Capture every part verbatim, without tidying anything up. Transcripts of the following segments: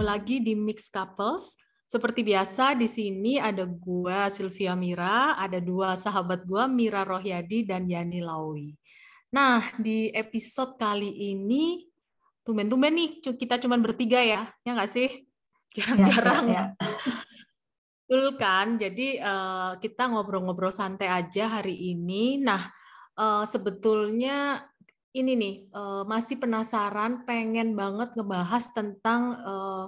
lagi di Mixed Couples. Seperti biasa di sini ada gua Sylvia Mira, ada dua sahabat gua Mira Rohyadi dan Yani Lawi. Nah, di episode kali ini tumben-tumben nih kita cuma bertiga ya, ya nggak sih? Jarang-jarang. Ya, ya, ya. Betul kan? Jadi uh, kita ngobrol-ngobrol santai aja hari ini. Nah, uh, sebetulnya ini nih uh, masih penasaran, pengen banget ngebahas tentang uh,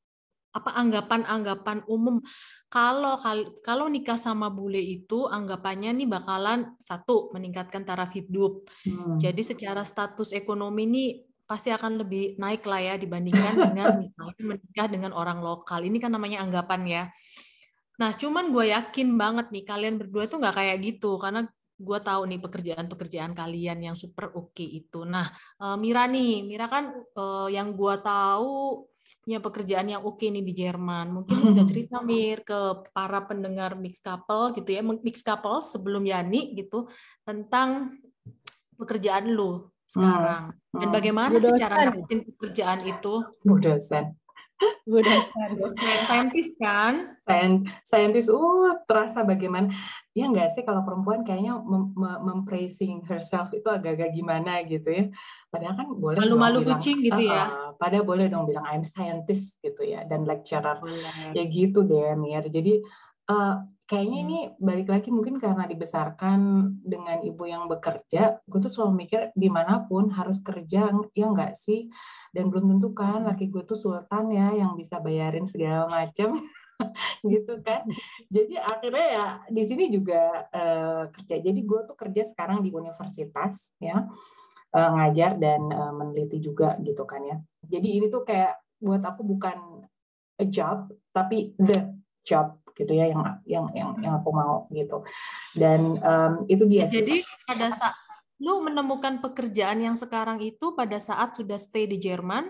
apa anggapan-anggapan umum. Kalau kalau nikah sama bule itu anggapannya nih bakalan satu meningkatkan taraf hidup. Hmm. Jadi secara status ekonomi nih pasti akan lebih naik lah ya dibandingkan dengan misalnya menikah dengan orang lokal. Ini kan namanya anggapan ya. Nah, cuman gue yakin banget nih kalian berdua tuh nggak kayak gitu karena gue tahu nih pekerjaan-pekerjaan kalian yang super oke okay itu. Nah, Mira nih, Mira kan yang gue tahu punya pekerjaan yang oke okay nih di Jerman. Mungkin bisa cerita Mir ke para pendengar mixed couple gitu ya, mixed couple sebelum Yani gitu tentang pekerjaan lu sekarang. Hmm. Dan bagaimana Bu sih dosen. cara dapetin pekerjaan itu? Bu dosen. Bu dosen. Dosen, saintis kan? Saintis, uh terasa bagaimana? Ya nggak sih kalau perempuan kayaknya mem mempraising herself itu agak-agak gimana gitu ya. Padahal kan boleh malu-malu dong kucing bilang, gitu uh, ya. Uh, padahal boleh dong bilang I'm scientist gitu ya dan lecturer. Boleh. Ya gitu deh Mir. Jadi uh, kayaknya ini balik lagi mungkin karena dibesarkan dengan ibu yang bekerja, gue tuh selalu mikir dimanapun harus kerja, ya nggak sih? Dan belum tentu kan laki gue tuh sultan ya yang bisa bayarin segala macam gitu kan. Jadi akhirnya ya di sini juga uh, kerja. Jadi gue tuh kerja sekarang di universitas ya, uh, ngajar dan uh, meneliti juga gitu kan ya. Jadi ini tuh kayak buat aku bukan a job tapi the job gitu ya yang yang yang, yang aku mau gitu. Dan um, itu dia. Jadi pada saat lu menemukan pekerjaan yang sekarang itu pada saat sudah stay di Jerman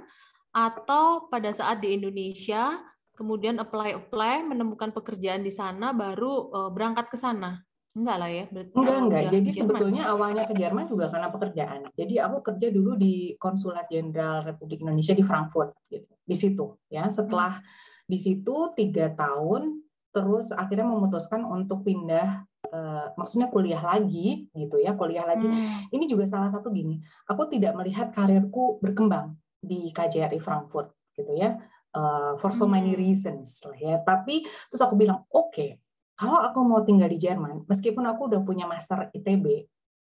atau pada saat di Indonesia kemudian apply-apply menemukan pekerjaan di sana baru uh, berangkat ke sana? Enggak lah ya? Berarti enggak, enggak. Jadi sebetulnya awalnya ke Jerman juga karena pekerjaan. Jadi aku kerja dulu di Konsulat Jenderal Republik Indonesia di Frankfurt gitu. Di situ ya. Setelah hmm. di situ tiga tahun terus akhirnya memutuskan untuk pindah Uh, maksudnya kuliah lagi gitu ya, kuliah lagi. Hmm. Ini juga salah satu gini, aku tidak melihat karirku berkembang di K J R I Frankfurt gitu ya, uh, for so many reasons lah ya. Tapi terus aku bilang, oke, okay, kalau aku mau tinggal di Jerman, meskipun aku udah punya master I T B,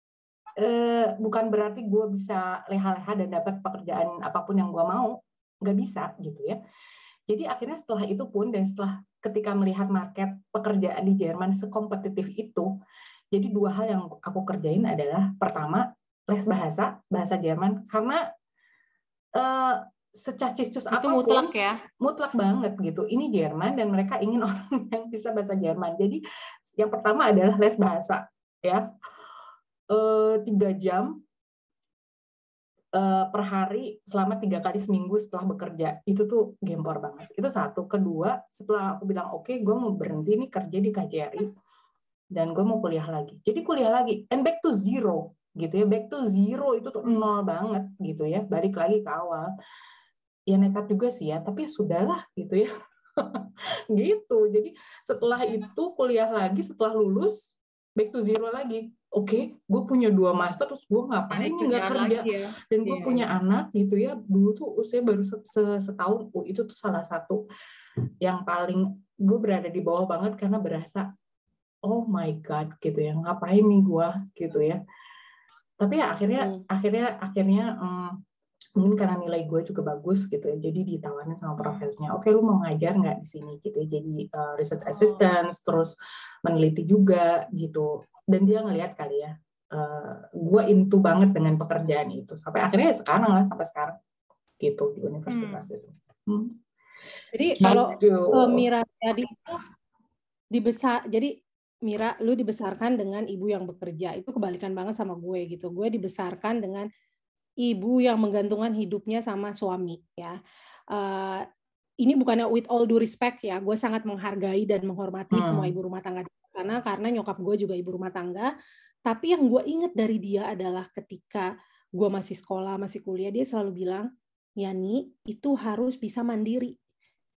uh, bukan berarti gue bisa leha-leha dan dapat pekerjaan apapun yang gue mau, nggak bisa gitu ya. Jadi akhirnya setelah itu pun dan setelah ketika melihat market pekerjaan di Jerman sekompetitif itu, jadi dua hal yang aku kerjain adalah pertama les bahasa bahasa Jerman karena uh, secacis-cus apapun mutlak ya, mutlak banget gitu. Ini Jerman dan mereka ingin orang yang bisa bahasa Jerman. Jadi yang pertama adalah les bahasa ya uh, tiga jam. Uh, per hari selama tiga kali seminggu setelah bekerja. Itu tuh gempor banget. Itu satu. Kedua, setelah aku bilang oke, okay, gue mau berhenti nih kerja di K J R I dan gue mau kuliah lagi. Jadi kuliah lagi and back to zero gitu ya. Back to zero itu tuh nol banget gitu ya. Balik lagi ke awal. Ya nekat juga sih ya, tapi sudahlah gitu ya. Gitu. Jadi setelah itu kuliah lagi, setelah lulus back to zero lagi. Oke, okay, gue punya dua master, terus gue ngapain nih nggak kerja? Ya? Dan gue yeah. punya anak gitu ya, dulu tuh usia baru setahun. Oh, itu tuh salah satu yang paling gue berada di bawah banget karena berasa, oh my god gitu ya, ngapain nih gue gitu ya. Tapi ya akhirnya, hmm. akhirnya, akhirnya um, mungkin karena nilai gue juga bagus gitu ya, jadi ditawarin sama profesornya, oke okay, lu mau ngajar nggak di sini gitu ya, jadi uh, research assistant, terus meneliti juga gitu. Dan dia ngelihat kali ya, uh, gue into banget dengan pekerjaan itu. Sampai akhirnya sekarang lah, sampai sekarang gitu di universitas hmm. itu. Hmm. Jadi kalau uh, Mira tadi itu dibesar, jadi Mira, lu dibesarkan dengan ibu yang bekerja. Itu kebalikan banget sama gue gitu. Gue dibesarkan dengan ibu yang menggantungkan hidupnya sama suami ya. Uh, ini bukannya with all due respect ya. Gue sangat menghargai dan menghormati hmm. semua ibu rumah tangga. Karena karena nyokap gue juga ibu rumah tangga, tapi yang gue ingat dari dia adalah ketika gue masih sekolah, masih kuliah, dia selalu bilang, Yani, itu harus bisa mandiri.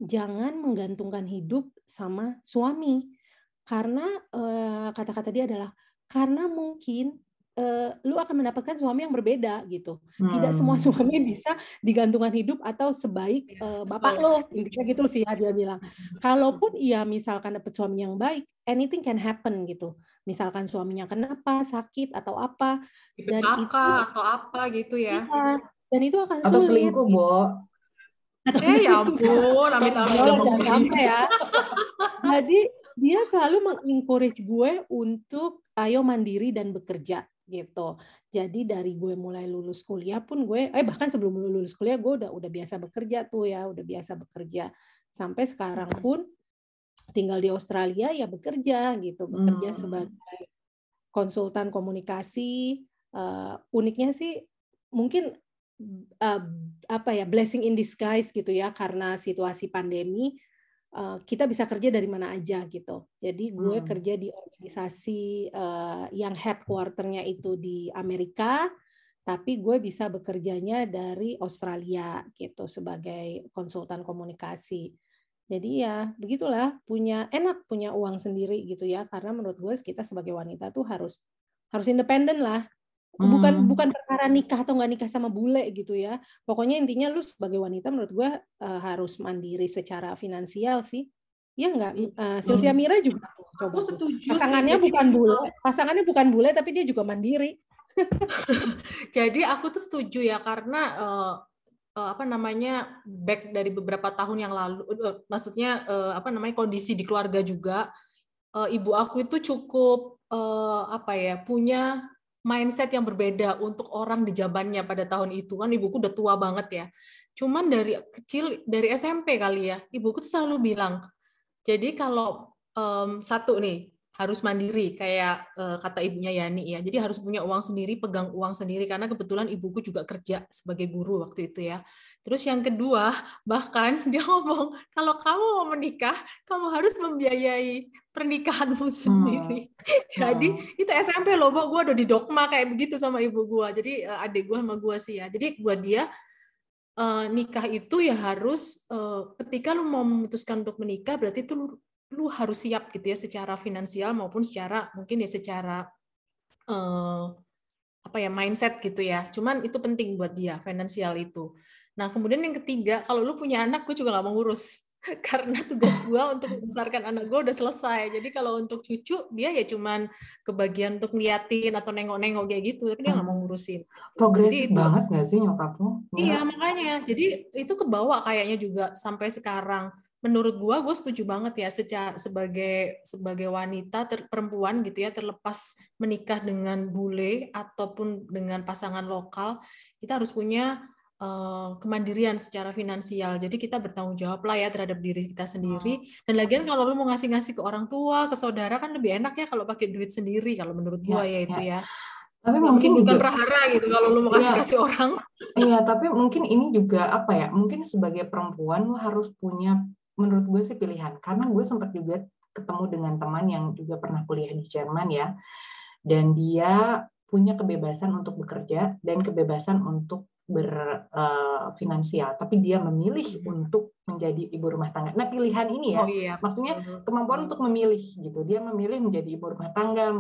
jangan menggantungkan hidup sama suami. Karena uh, kata-kata dia adalah karena mungkin uh, lu akan mendapatkan suami yang berbeda gitu. Hmm. Tidak semua suami bisa digantungkan hidup atau sebaik uh, bapak lo. Intinya gitu sih ya dia bilang. Kalaupun ia misalkan dapat suami yang baik, anything can happen gitu. Misalkan suaminya kenapa, sakit atau apa, dan itu atau apa gitu ya. Iya, dan itu akan atau sulit. Selingkuh, Bo. Atau eh ya ampun, amit-amit jangan sampai ya. Jadi dia selalu mengencourage gue untuk ayo mandiri dan bekerja gitu. Jadi dari gue mulai lulus kuliah pun gue, eh bahkan sebelum lulus kuliah gue udah udah biasa bekerja tuh ya, udah biasa bekerja. Sampai sekarang pun tinggal di Australia ya bekerja gitu, bekerja hmm. sebagai konsultan komunikasi. Uh, uniknya sih mungkin Uh, apa ya blessing in disguise gitu ya, karena situasi pandemi uh, kita bisa kerja dari mana aja gitu. Jadi gue hmm. kerja di organisasi uh, yang headquarternya itu di Amerika, tapi gue bisa bekerjanya dari Australia gitu sebagai konsultan komunikasi. Jadi ya begitulah, punya enak punya uang sendiri gitu ya, karena menurut gue kita sebagai wanita tuh harus harus independen lah. Bukan hmm. bukan perkara nikah atau nggak nikah sama bule gitu ya. Pokoknya intinya lu sebagai wanita menurut gue uh, harus mandiri secara finansial sih. Ya nggak? Uh, Sylvia Mira juga tuh. Aku setuju. Pasangannya sih, bukan bule, pasangannya bukan bule tapi dia juga mandiri. Jadi aku tuh setuju ya, karena uh, uh, apa namanya back dari beberapa tahun yang lalu, uh, maksudnya uh, apa namanya kondisi di keluarga juga, uh, ibu aku itu cukup uh, apa ya punya mindset yang berbeda untuk orang di zamannya pada tahun itu. Kan ibuku udah tua banget ya. Cuman dari kecil, dari S M P kali ya, ibuku tuh selalu bilang, jadi kalau um, satu nih, harus mandiri, kayak uh, kata ibunya Yani ya. Jadi harus punya uang sendiri, pegang uang sendiri, karena kebetulan ibuku juga kerja sebagai guru waktu itu ya. Terus yang kedua, bahkan dia ngomong, kalau kamu mau menikah, kamu harus membiayai pernikahanmu sendiri. Hmm. Jadi itu S M P loh, gue udah didogma kayak begitu sama ibu gue. Jadi adik gue sama gue sih ya. Jadi buat dia uh, nikah itu ya harus uh, ketika lu mau memutuskan untuk menikah, berarti itu lu, lu harus siap gitu ya, secara finansial maupun secara mungkin ya secara uh, apa ya mindset gitu ya. Cuman itu penting buat dia finansial itu. Nah kemudian yang ketiga, kalau lu punya anak, gue juga nggak mau ngurus. Karena tugas gue untuk membesarkan anak gue udah selesai. Jadi kalau untuk cucu, dia ya cuman kebagian untuk ngeliatin atau nengok-nengok kayak gitu, tapi dia nggak mau ngurusin. Progresif itu, banget nggak sih nyokapmu? Iya, makanya. Jadi itu kebawa kayaknya juga sampai sekarang. Menurut gue, gue setuju banget ya, secara, sebagai sebagai wanita ter, perempuan gitu ya, terlepas menikah dengan bule ataupun dengan pasangan lokal, kita harus punya Uh, kemandirian secara finansial. Jadi kita bertanggung jawab lah ya terhadap diri kita sendiri. Dan lagian kalau lu mau ngasih-ngasih ke orang tua, ke saudara kan lebih enak ya kalau pakai duit sendiri, kalau menurut gua ya, ya itu ya. Tapi mungkin, mungkin bukan juga, prahara gitu kalau lu mau kasih-kasih ya, orang. Iya, tapi mungkin ini juga apa ya? Mungkin sebagai perempuan lu harus punya, menurut gue sih pilihan. Karena gue sempat juga ketemu dengan teman yang juga pernah kuliah di Jerman ya. Dan dia punya kebebasan untuk bekerja dan kebebasan untuk berfinansial, uh, tapi dia memilih hmm. untuk menjadi ibu rumah tangga. Nah pilihan ini ya, oh, iya. maksudnya kemampuan hmm. untuk memilih gitu. Dia memilih menjadi ibu rumah tangga,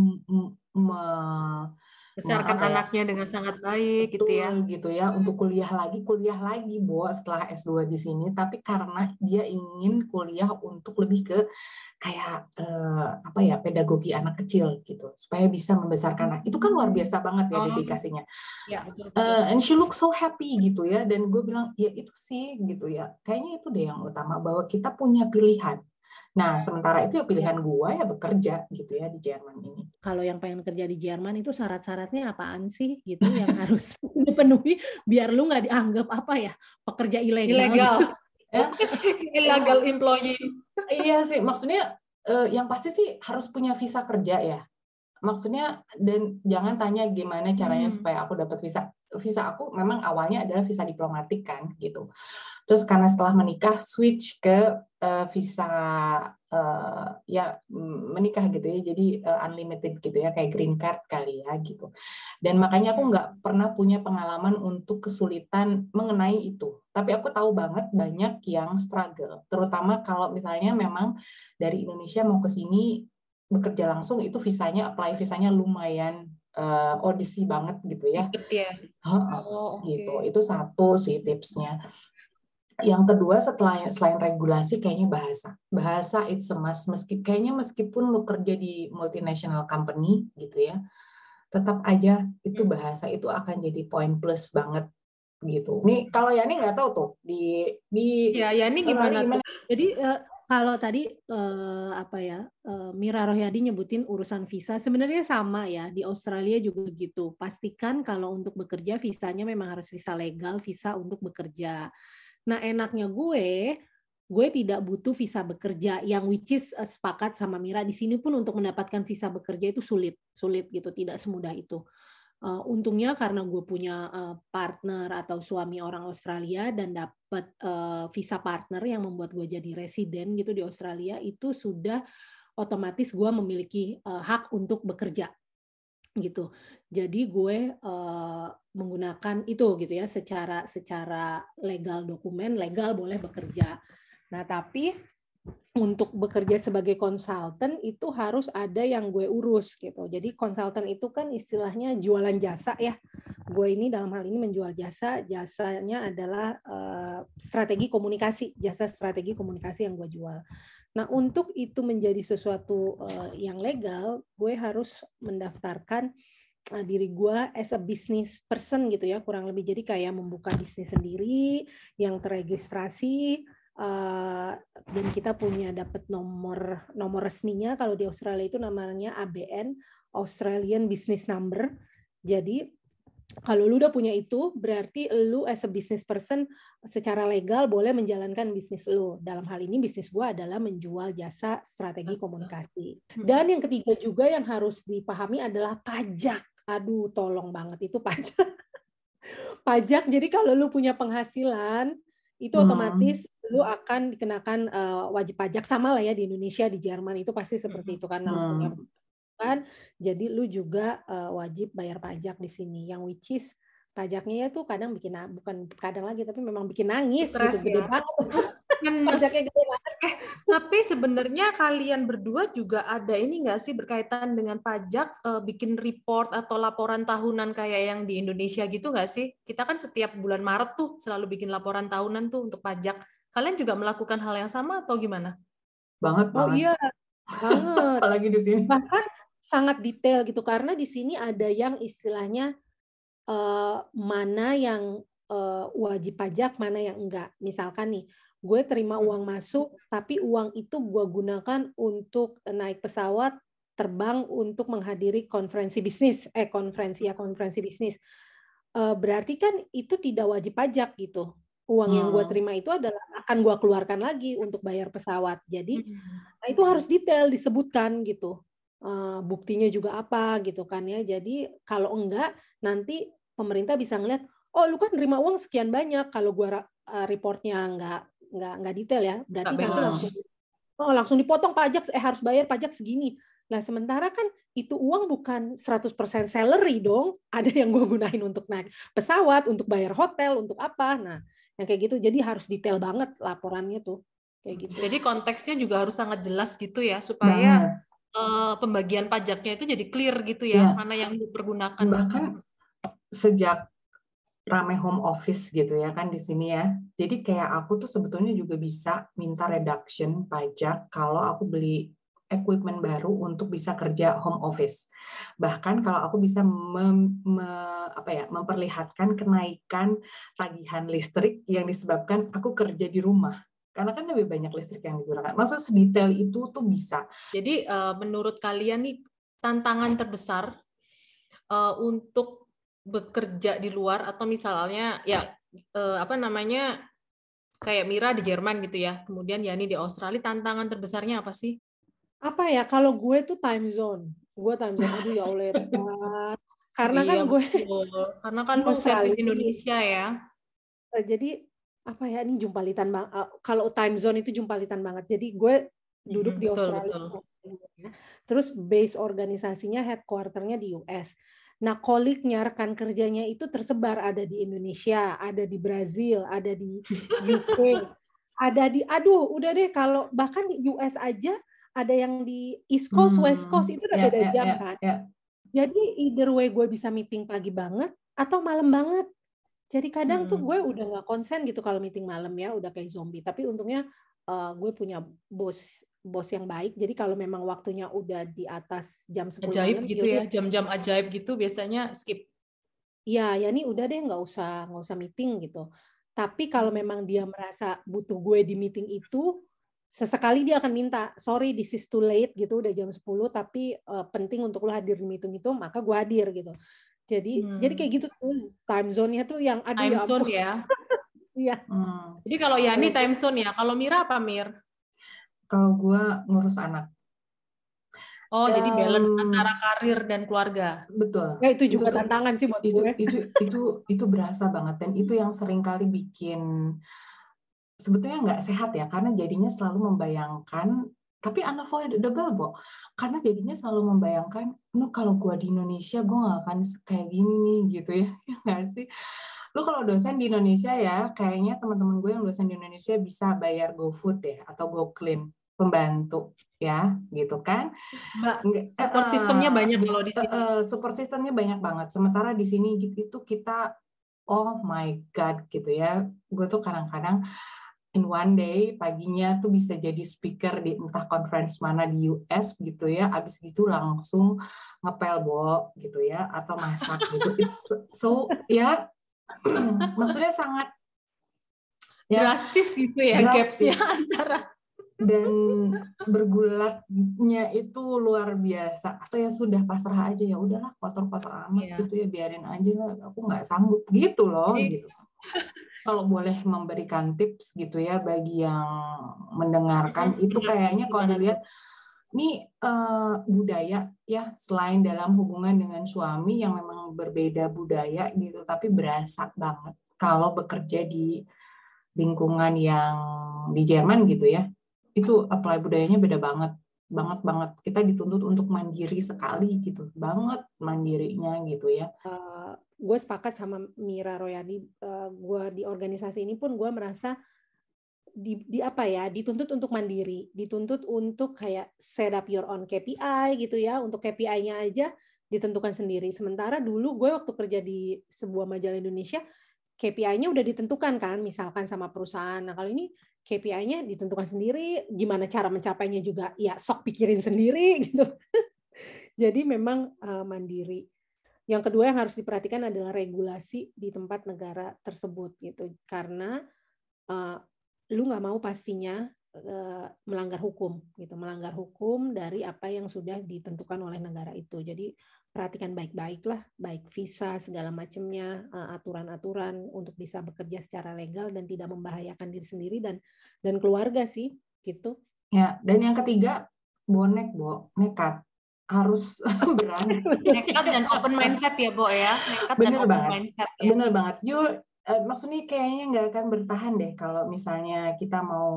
membesarkan anaknya ya? Dengan sangat baik. Betul, gitu ya. Gitu ya, untuk kuliah lagi, kuliah lagi, Bo, setelah S dua di sini. Tapi karena dia ingin kuliah untuk lebih ke kayak eh, apa ya pedagogi anak kecil gitu supaya bisa membesarkan anak itu kan luar biasa banget ya oh, dedikasinya ya, betul, betul. Uh, and she look so happy gitu ya dan gue bilang ya itu sih gitu ya kayaknya itu deh yang utama bahwa kita punya pilihan. Nah sementara itu ya pilihan gue ya bekerja gitu ya di Jerman ini. Kalau yang pengen kerja di Jerman itu syarat-syaratnya apaan sih gitu yang harus dipenuhi biar lu nggak dianggap apa ya pekerja ilegal. Ilegal. Gitu. Ya. Illegal employee. Iya sih, maksudnya uh, yang pasti sih harus punya visa kerja ya. Maksudnya, dan jangan tanya gimana caranya Hmm. supaya aku dapat visa. Visa aku memang awalnya adalah visa diplomatik kan, gitu. Terus karena setelah menikah switch ke uh, visa uh, ya menikah gitu ya, jadi uh, unlimited gitu ya, kayak green card kali ya gitu. Dan makanya aku nggak pernah punya pengalaman untuk kesulitan mengenai itu. Tapi aku tahu banget banyak yang struggle, terutama kalau misalnya memang dari Indonesia mau ke sini bekerja langsung, itu visanya, apply visanya lumayan uh, audisi banget gitu ya. Ribet ya. Oh, oke. Gitu. Itu satu sih tipsnya. Yang kedua, setelah selain regulasi, kayaknya bahasa. Bahasa it's a must. Meski, kayaknya meskipun lu kerja di multinational company gitu ya, tetap aja itu bahasa itu akan jadi poin plus banget gitu. Nih kalau Yani nggak tahu tuh di di ya Yani gimana, gimana tuh? Jadi uh, kalau tadi uh, apa ya uh, Mira Rohyadi nyebutin urusan visa, sebenarnya sama ya, di Australia juga gitu. Pastikan kalau untuk bekerja visanya memang harus visa legal, visa untuk bekerja. Nah enaknya gue, gue tidak butuh visa bekerja, yang which is uh, sepakat sama Mira, di sini pun untuk mendapatkan visa bekerja itu sulit, sulit gitu, tidak semudah itu. Uh, untungnya karena gue punya uh, partner atau suami orang Australia dan dapat uh, visa partner yang membuat gue jadi residen gitu di Australia, itu sudah otomatis gue memiliki uh, hak untuk bekerja gitu. Jadi gue uh, menggunakan itu gitu ya, secara secara legal, dokumen legal boleh bekerja. Nah tapi untuk bekerja sebagai konsultan itu harus ada yang gue urus gitu. Jadi konsultan itu kan istilahnya jualan jasa ya. Gue ini dalam hal ini menjual jasa, jasanya adalah uh, strategi komunikasi, jasa strategi komunikasi yang gue jual. Nah untuk itu menjadi sesuatu uh, yang legal, gue harus mendaftarkan uh, diri gue as a business person gitu ya, kurang lebih. Jadi kayak membuka bisnis sendiri yang terregistrasi. Uh, dan kita punya dapat nomor nomor resminya, kalau di Australia itu namanya A B N, Australian Business Number. Jadi kalau lu udah punya itu, berarti lu as a business person secara legal boleh menjalankan bisnis lu. Dalam hal ini bisnis gua adalah menjual jasa strategi komunikasi. Dan yang ketiga juga yang harus dipahami adalah pajak. Aduh, tolong banget itu pajak. Pajak, jadi kalau lu punya penghasilan, itu otomatis hmm. lu akan dikenakan uh, wajib pajak, sama lah ya di Indonesia, di Jerman itu pasti seperti itu karena hmm. lu punya kan, jadi lu juga uh, wajib bayar pajak di sini, yang which is pajaknya ya tuh kadang bikin, bukan kadang lagi tapi memang bikin nangis Stress gitu, gede ya. banget. Pajaknya gede banget. Eh, tapi sebenarnya kalian berdua juga ada ini nggak sih berkaitan dengan pajak, uh, bikin report atau laporan tahunan kayak yang di Indonesia gitu nggak sih? Kita kan setiap bulan Maret tuh selalu bikin laporan tahunan tuh untuk pajak. Kalian juga melakukan hal yang sama atau gimana? Banget, oh banget. iya, banget. Apalagi di sini. Bahkan sangat detail gitu, karena di sini ada yang istilahnya uh, mana yang uh, wajib pajak, mana yang enggak. Misalkan nih, gue terima uang masuk, tapi uang itu gue gunakan untuk naik pesawat, terbang untuk menghadiri konferensi bisnis, eh konferensi ya konferensi bisnis. Uh, berarti kan itu tidak wajib pajak gitu. Uang hmm. yang gue terima itu adalah akan gue keluarkan lagi untuk bayar pesawat. Jadi hmm. nah itu harus detail disebutkan gitu. Uh, buktinya juga apa gitu kan ya. Jadi kalau enggak nanti pemerintah bisa ngeliat, oh lu kan nerima uang sekian banyak, kalau gua uh, reportnya enggak enggak enggak detail ya, berarti Nggak nanti langsung oh, langsung dipotong pajak, eh harus bayar pajak segini. Nah, sementara kan itu uang bukan seratus persen salary dong, ada yang gua gunain untuk naik pesawat, untuk bayar hotel, untuk apa. Nah, yang kayak gitu, jadi harus detail banget laporannya tuh. Kayak gitu. Jadi konteksnya juga harus sangat jelas gitu ya, supaya uh, pembagian pajaknya itu jadi clear gitu ya, ya. Mana yang dipergunakan. Bahkan sejak rame home office gitu ya kan di sini ya. Jadi kayak aku tuh sebetulnya juga bisa minta reduction pajak kalau aku beli equipment baru untuk bisa kerja home office. Bahkan kalau aku bisa mem, me, apa ya, memperlihatkan kenaikan tagihan listrik yang disebabkan aku kerja di rumah. Karena kan lebih banyak listrik yang digunakan. Maksud sedetail itu tuh bisa. Jadi uh, menurut kalian nih tantangan terbesar uh, untuk bekerja di luar, atau misalnya ya uh, apa namanya kayak Mira di Jerman gitu ya, kemudian Yani di Australia, tantangan terbesarnya apa sih? Apa ya, kalau gue tuh time zone. Gue time zone, aduh ya Allah ya Tuhan. Karena iya, kan gue betul. Karena kan lu servis Indonesia ya. Jadi apa ya, ini jumpalitan banget. Uh, kalau time zone itu jumpalitan banget. Jadi gue duduk Mm-hmm, di betul, Australia, betul. terus base organisasinya headquarternya di U S. Nah, koliknya, rekan kerjanya itu tersebar, ada di Indonesia, ada di Brazil, ada di U K, ada di, aduh, udah deh, kalau bahkan di U S aja ada yang di East Coast, hmm, West Coast, itu udah yeah, beda yeah, jam yeah, kan. Yeah. Jadi either way gue bisa meeting pagi banget atau malam banget. Jadi kadang hmm. tuh gue udah nggak konsen gitu kalau meeting malam ya, udah kayak zombie. Tapi untungnya uh, gue punya bos bos yang baik. Jadi kalau memang waktunya udah di atas jam sepuluh ajaib malam, gitu ya, jam-jam ajaib gitu biasanya skip. Iya, ya nih udah deh, nggak usah nggak usah meeting gitu. Tapi kalau memang dia merasa butuh gue di meeting itu, sesekali dia akan minta, sorry this is too late gitu, udah jam sepuluh, tapi uh, penting untuk lo hadir di meeting itu, maka gue hadir gitu. Jadi hmm. jadi kayak gitu tuh time zone-nya tuh yang aduh time ya zone ampun. ya. Iya. hmm. Jadi kalau Yani time zone ya, kalau Mira apa Mir? Kalau gue ngurus anak. Oh, um, jadi balance antara karir dan keluarga. Betul. Ya, itu juga itu tantangan tuh, sih buat itu, gue. Itu itu itu berasa banget, dan itu yang sering kali bikin sebetulnya nggak sehat ya, karena jadinya selalu membayangkan, tapi unavoidable, Bo. Karena jadinya selalu membayangkan, no, kalau gue di Indonesia gue nggak akan kayak gini nih gitu ya, ya nggak sih? Lu kalau dosen di Indonesia ya, kayaknya teman-teman gue yang dosen di Indonesia bisa bayar GoFood deh atau GoClean, pembantu ya, gitu kan? Mbak, support sistemnya banyak kalau di sini. Uh, support sistemnya banyak banget. Sementara di sini gitu kita, oh my God gitu ya. Gue tuh kadang-kadang in one day paginya tuh bisa jadi speaker di entah conference mana di U S gitu ya. Abis gitu langsung ngepel Bo gitu ya, atau masak gitu. It's so ya. Maksudnya sangat ya, drastis gitu ya gapsnya antara, dan bergulatnya itu luar biasa. Atau ya sudah pasrah aja, ya udahlah kotor-kotor amat yeah. gitu ya, biarin aja lah, aku nggak sanggup gitu loh. Jadi, gitu. Kalau boleh memberikan tips gitu ya bagi yang mendengarkan, itu kayaknya kalau dilihat ini uh, budaya ya, selain dalam hubungan dengan suami yang memang berbeda budaya gitu, tapi berasa banget kalau bekerja di lingkungan yang di Jerman gitu ya, itu apply budayanya beda banget, banget banget. Kita dituntut untuk mandiri sekali gitu, banget mandirinya gitu ya. Uh, gue sepakat sama Mira Royadi. Uh, gue di organisasi ini pun gue merasa di, di apa ya, dituntut untuk mandiri, dituntut untuk kayak set up your own K P I gitu ya. Untuk K P I-nya aja ditentukan sendiri. Sementara dulu gue waktu kerja di sebuah majalah Indonesia, K P I-nya udah ditentukan kan, misalkan sama perusahaan. Nah kalau ini K P I-nya ditentukan sendiri, gimana cara mencapainya juga ya sok pikirin sendiri gitu. Jadi memang uh, mandiri. Yang kedua yang harus diperhatikan adalah regulasi di tempat negara tersebut gitu, karena uh, lu nggak mau pastinya uh, melanggar hukum gitu, melanggar hukum dari apa yang sudah ditentukan oleh negara itu. Jadi perhatikan baik-baik lah, baik visa segala macamnya, uh, aturan-aturan untuk bisa bekerja secara legal dan tidak membahayakan diri sendiri dan dan keluarga sih gitu. Ya, dan yang ketiga bonek, Bo, nekat. Harus berani. Nekat dan open mindset ya, Bo ya. Nekat bener dan open banget. mindset ya. Bener banget. You, uh, maksudnya kayaknya nggak akan bertahan deh kalau misalnya kita mau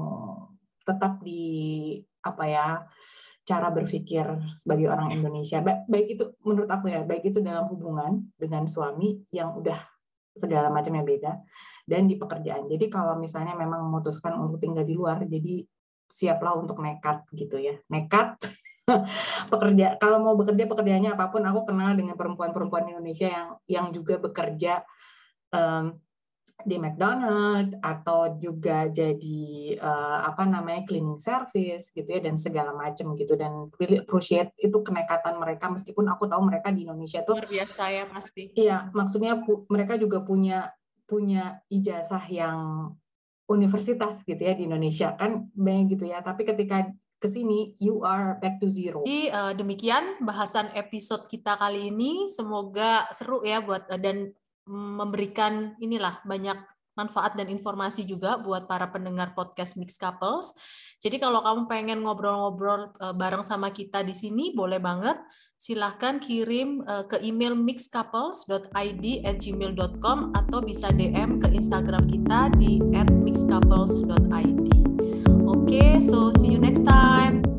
tetap di apa ya, cara berpikir sebagai orang Indonesia. Ba- baik itu menurut aku ya, baik itu dalam hubungan dengan suami yang udah segala macamnya beda, dan di pekerjaan. Jadi kalau misalnya memang memutuskan untuk tinggal di luar, jadi siaplah untuk nekat gitu ya. Nekat. Pekerja, kalau mau bekerja pekerjaannya apapun. Aku kenal dengan perempuan-perempuan Indonesia yang yang juga bekerja um, di McDonald atau juga jadi uh, apa namanya cleaning service gitu ya, dan segala macam gitu, dan really appreciate itu kenekatan mereka, meskipun aku tahu mereka di Indonesia tuh luar biasa ya pasti. Iya, maksudnya pu- mereka juga punya punya ijazah yang universitas gitu ya di Indonesia kan banyak gitu ya, tapi ketika kesini you are back to zero. Jadi uh, demikian bahasan episode kita kali ini, semoga seru ya buat uh, dan memberikan inilah banyak manfaat dan informasi juga buat para pendengar podcast Mixed Couples. Jadi kalau kamu pengen ngobrol-ngobrol bareng sama kita di sini, boleh banget. Silahkan kirim ke email mixed couples dot i d at gmail dot com atau bisa D M ke Instagram kita di at mixed couples dot i d. Oke, okay, so see you next time.